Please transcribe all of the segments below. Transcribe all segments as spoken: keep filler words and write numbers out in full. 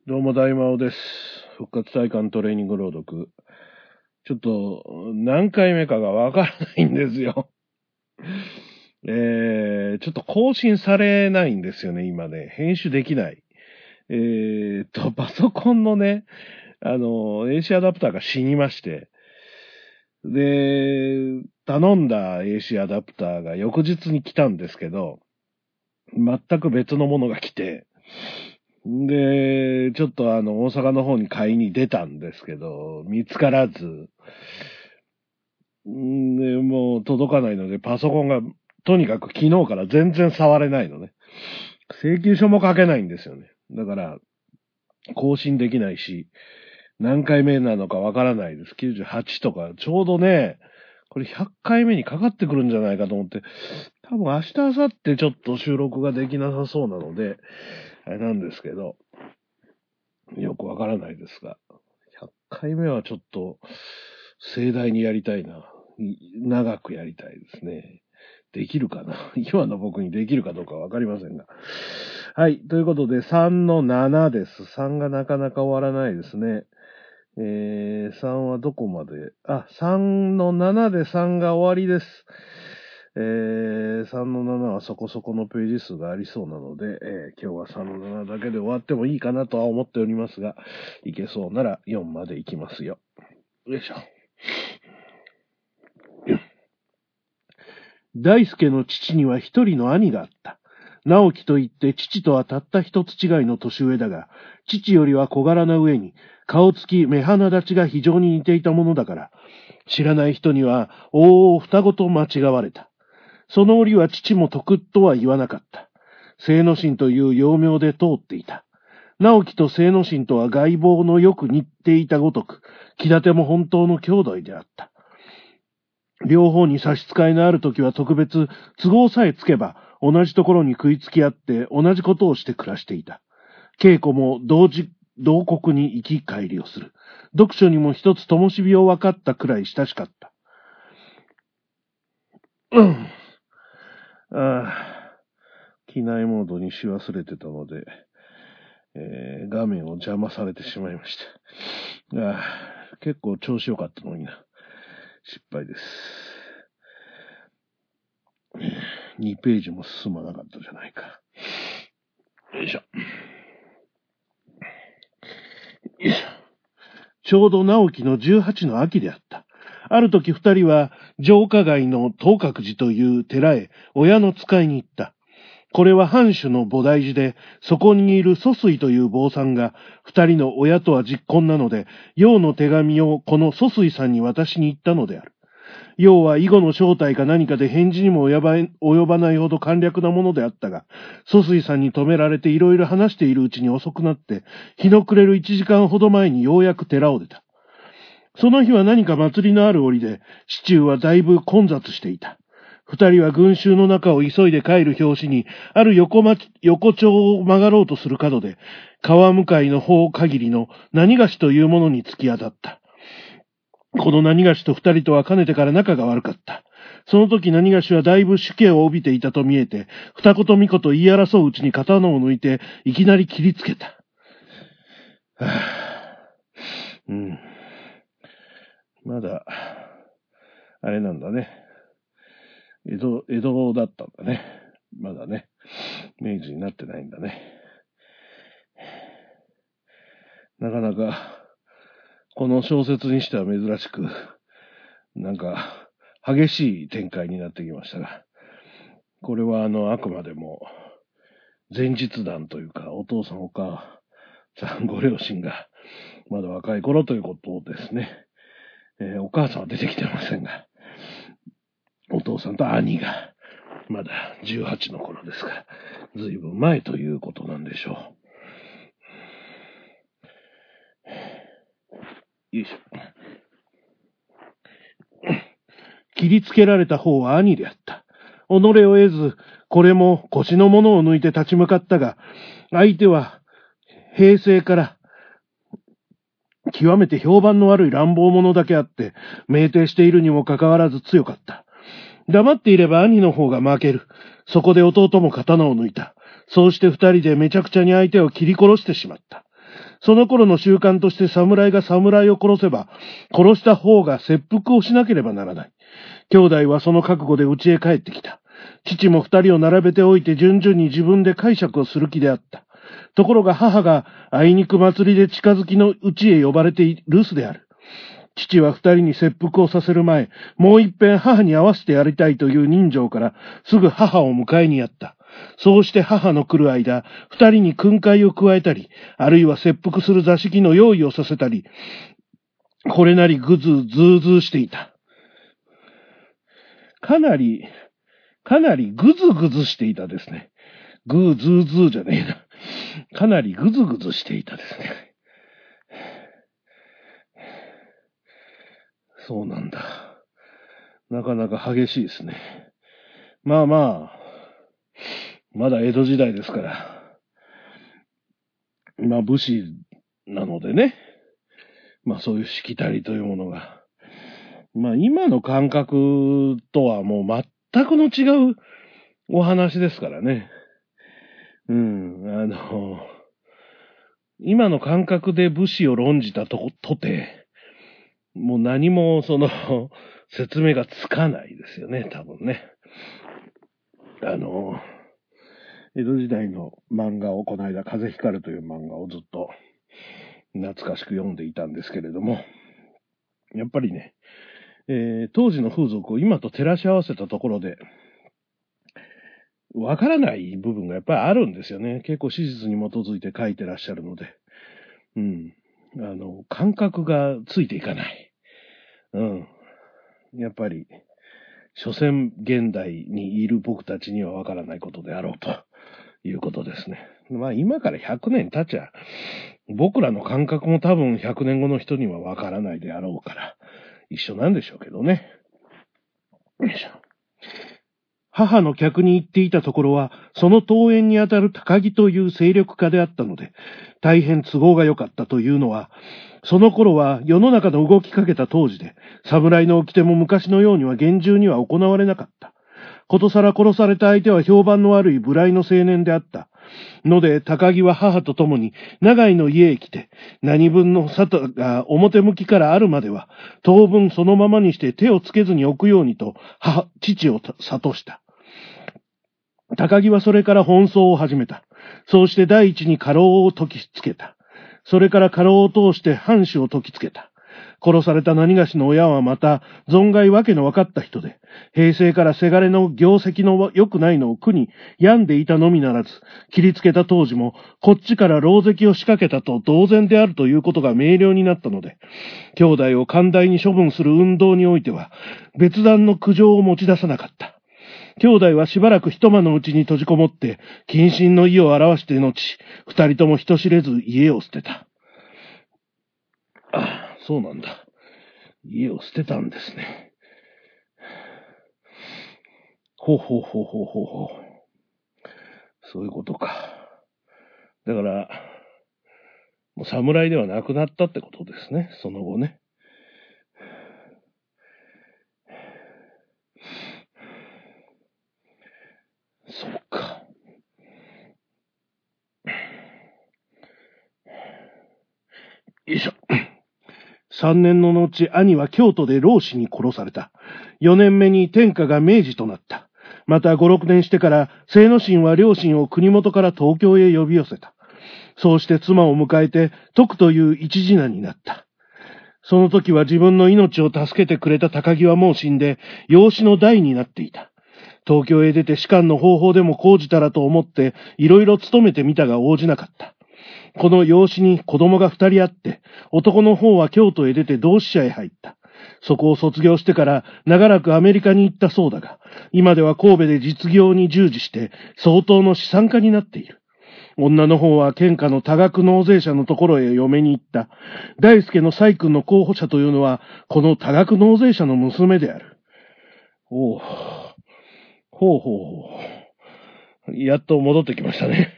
どうも大魔王です。復活体感トレーニング朗読。ちょっと何回目かがわからないんですよ。えー、ちょっと更新されないんですよね、今ね。編集できない。えーっと、パソコンのね、あの、エーシー アダプターが死にまして、で、頼んだ エーシー アダプターが翌日に来たんですけど、全く別のものが来て、で、ちょっとあの、大阪の方に買いに出たんですけど、見つからず、んで、もう届かないので、パソコンが、とにかく昨日から全然触れないのね。請求書も書けないんですよね。だから、更新できないし、何回目なのかわからないです。きゅうじゅうはちとか、ちょうどね、これひゃっかいめにかかってくるんじゃないかと思って、多分明日、明後日ちょっと収録ができなさそうなので、あれなんですけど、よくわからないですが、ひゃっかいめはちょっと盛大にやりたいな。長くやりたいですね。できるかな今の僕にできるかどうかわかりませんが。はい。ということで、さんのななです。さんがなかなか終わらないですね。えー、さんはどこまであ、さんのななでさんが終わりです。えー、さんのななはそこそこのページ数がありそうなので、えー、今日はさんのななだけで終わってもいいかなとは思っておりますが、いけそうならよんまで行きますよ。よいしょ。大輔の父には一人の兄があった。直樹といって父とはたった一つ違いの年上だが、父よりは小柄な上に、顔つき、目鼻立ちが非常に似ていたものだから、知らない人には、おお双子と間違われた。その折は父も得とは言わなかった。清之進という幼名で通っていた。直樹と清之進とは外貌のよく似ていたごとく、気立ても本当の兄弟であった。両方に差し支えのあるときは特別、都合さえつけば、同じところに食いつき合って同じことをして暮らしていた。稽古も同時、同国に行き帰りをする。読書にも一つ灯火を分かったくらい親しかった。うん。ああ、機内モードにし忘れてたので、えー、画面を邪魔されてしまいました。ああ、結構調子良かったのにな。失敗です。にページも進まなかったじゃないか。よいしょ。よいしょ。ちょうど直樹のじゅうはちの秋であった。ある時二人は城下街の東覚寺という寺へ親の使いに行った。これは藩主の菩提寺で、そこにいる疎水という坊さんが二人の親とは実婚なので、陽の手紙をこの疎水さんに渡しに行ったのである。要は囲碁の正体か何かで返事にも及ば及ばないほど簡略なものであったが、疎水さんに止められていろいろ話しているうちに遅くなって、日の暮れる一時間ほど前にようやく寺を出た。その日は何か祭りのある折で、市中はだいぶ混雑していた。二人は群衆の中を急いで帰る拍子に、ある横町、横丁を曲がろうとする角で、川向かいの方限りの何菓子というものに突き当たった。この何菓子と二人とはかねてから仲が悪かった。その時何菓子はだいぶ主家を帯びていたと見えて、二言三言言い争ううちに刀を抜いて、いきなり切りつけた。はぁ、うん。まだ、あれなんだね。江戸、江戸だったんだね。まだね。明治になってないんだね。なかなか、この小説にしては珍しく、なんか、激しい展開になってきましたが、これはあの、あくまでも、前日談というか、お父さんお母さんご両親が、まだ若い頃ということですね。えー、お母さんは出てきてませんが、お父さんと兄が、まだじゅうはちの頃ですが、ずいぶん前ということなんでしょう。よいしょ。切りつけられた方は兄であった。己を得ず、これも腰のものを抜いて立ち向かったが、相手は平成から極めて評判の悪い乱暴者だけあって、酩酊しているにもかかわらず強かった。黙っていれば兄の方が負ける。そこで弟も刀を抜いた。そうして二人でめちゃくちゃに相手を切り殺してしまった。 その頃の習慣として侍が侍を殺せば、殺した方が切腹をしなければならない。兄弟はその覚悟で家へ帰ってきた。父も二人を並べておいて順々に自分で解釈をする気であった。ところが母があいにく祭りで近づきの家へ呼ばれている留守である。父は二人に切腹をさせる前、もう一遍母に会わせてやりたいという人情からすぐ母を迎えにやった。そうして母の来る間、二人に訓戒を加えたり、あるいは切腹する座敷の用意をさせたり、これなりぐずずうずうしていた。かなり、かなりぐずぐずしていたですね。ぐーずーずーじゃねえな。かなりぐずぐずしていたですね。そうなんだ。なかなか激しいですね。まあまあ、まだ江戸時代ですから。まあ武士なのでね。まあそういうしきたりというものが。まあ今の感覚とはもう全くの違うお話ですからね。うん、あの、今の感覚で武士を論じたと、とて、もう何もその説明がつかないですよね、多分ね。あの、江戸時代の漫画をこの間、風光るという漫画をずっと懐かしく読んでいたんですけれども、やっぱりね、えー、当時の風俗を今と照らし合わせたところで、わからない部分がやっぱりあるんですよね。結構史実に基づいて書いてらっしゃるので。うん。あの、感覚がついていかない。うん。やっぱり、所詮現代にいる僕たちにはわからないことであろうということですね。まあ今からひゃくねん経っちゃ、僕らの感覚も多分ひゃくねんごの人にはわからないであろうから、一緒なんでしょうけどね。よいしょ。母の客に言っていたところは、その遠縁にあたる高木という勢力家であったので、大変都合が良かったというのは、その頃は世の中の動きかけた当時で、侍の掟も昔のようには厳重には行われなかった。ことさら殺された相手は評判の悪い無頼の青年であった。ので、高木は母と共に長井の家へ来て、何分の沙汰が表向きからあるまでは、当分そのままにして手をつけずに置くようにと、母、父を諭した。高木はそれから奔走を始めた。そうして第一に家老を解きつけた。それから家老を通して藩主を解きつけた。殺された何がしの親はまた、存外わけの分かった人で、平成からせがれの業績の良くないのを苦に病んでいたのみならず、切りつけた当時も、こっちから狼藉を仕掛けたと同然であるということが明瞭になったので、兄弟を寛大に処分する運動においては、別段の苦情を持ち出さなかった。兄弟はしばらく一間のうちに閉じこもって、謹慎の意を表して後、二人とも人知れず家を捨てた。ああ、そうなんだ。家を捨てたんですね。ほうほうほうほうほうほう。そういうことか。だから、もう侍ではなくなったってことですね、その後ね。そうか。よいしょ。三年の後、兄は京都で老子に殺された。四年目に天下が明治となった。また五六年してから、清野神は両親を国元から東京へ呼び寄せた。そうして妻を迎えて、徳という一次男になった。その時は自分の命を助けてくれた高木はもう死んで、養子の代になっていた。東京へ出て士官の方法でも講じたらと思って、いろいろ勤めてみたが応じなかった。この養子に子供が二人あって、男の方は京都へ出て同志社へ入った。そこを卒業してから長らくアメリカに行ったそうだが、今では神戸で実業に従事して相当の資産家になっている。女の方は県下の多額納税者のところへ嫁に行った。大輔の細君の候補者というのは、この多額納税者の娘である。おう。ほうほうほう。やっと戻ってきましたね。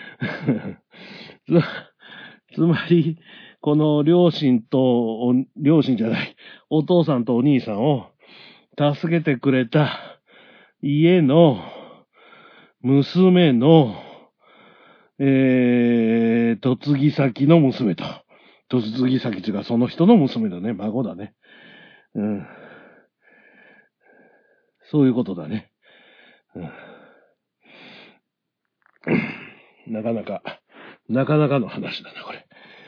つ、つまり、この両親と、両親じゃない、お父さんとお兄さんを助けてくれた家の娘のえー、嫁ぎ先の娘と。嫁ぎ先というか、その人の娘だね。孫だね。うん。そういうことだね。うん、なかなか、なかなかの話だな、これ。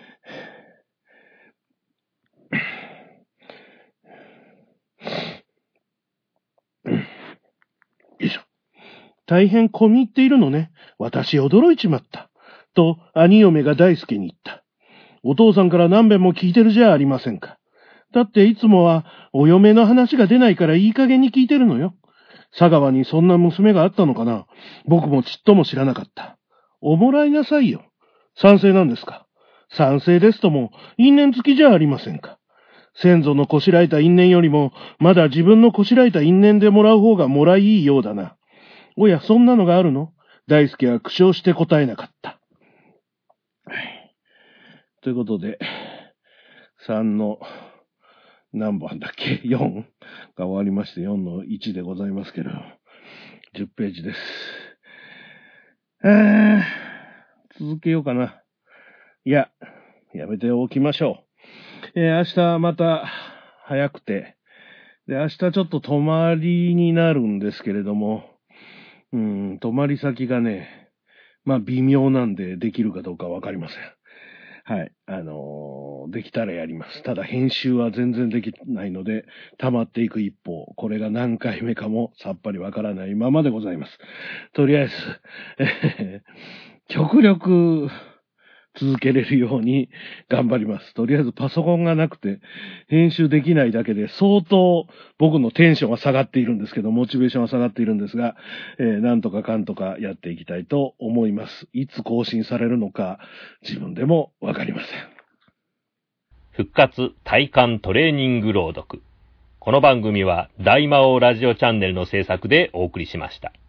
よいしょ。大変込み入っているのね。私驚いちまった。と、兄嫁が大輔に言った。お父さんから何遍も聞いてるじゃありませんか。だっていつもはお嫁の話が出ないからいい加減に聞いてるのよ。佐川にそんな娘があったのかな。僕もちっとも知らなかった。おもらいなさいよ。賛成なんですか。賛成ですとも因縁付きじゃありませんか。先祖のこしらえた因縁よりもまだ自分のこしらえた因縁でもらう方がもらいいいようだな。おや、そんなのがあるの？大輔は苦笑して答えなかった。ということで、さんの何番だっけ ?よん が終わりまして、よんのいちでございますけど、じゅっページです。えー、続けようかな。いや、やめておきましょう。えー、明日また早くて、で、明日ちょっと泊まりになるんですけれども、うん、泊まり先がね、まあ微妙なんでできるかどうかわかりません。はい。あのー、できたらやります。ただ編集は全然できないので、溜まっていく一方、これが何回目かもさっぱりわからないままでございます。とりあえず、えー、極力続けれるように頑張ります。とりあえずパソコンがなくて編集できないだけで相当僕のテンションが下がっているんですけど、モチベーションが下がっているんですが、えー、なんとかかんとかやっていきたいと思います。いつ更新されるのか自分でもわかりません。 復活体感トレーニング朗読。この番組は大魔王ラジオチャンネルの制作でお送りしました。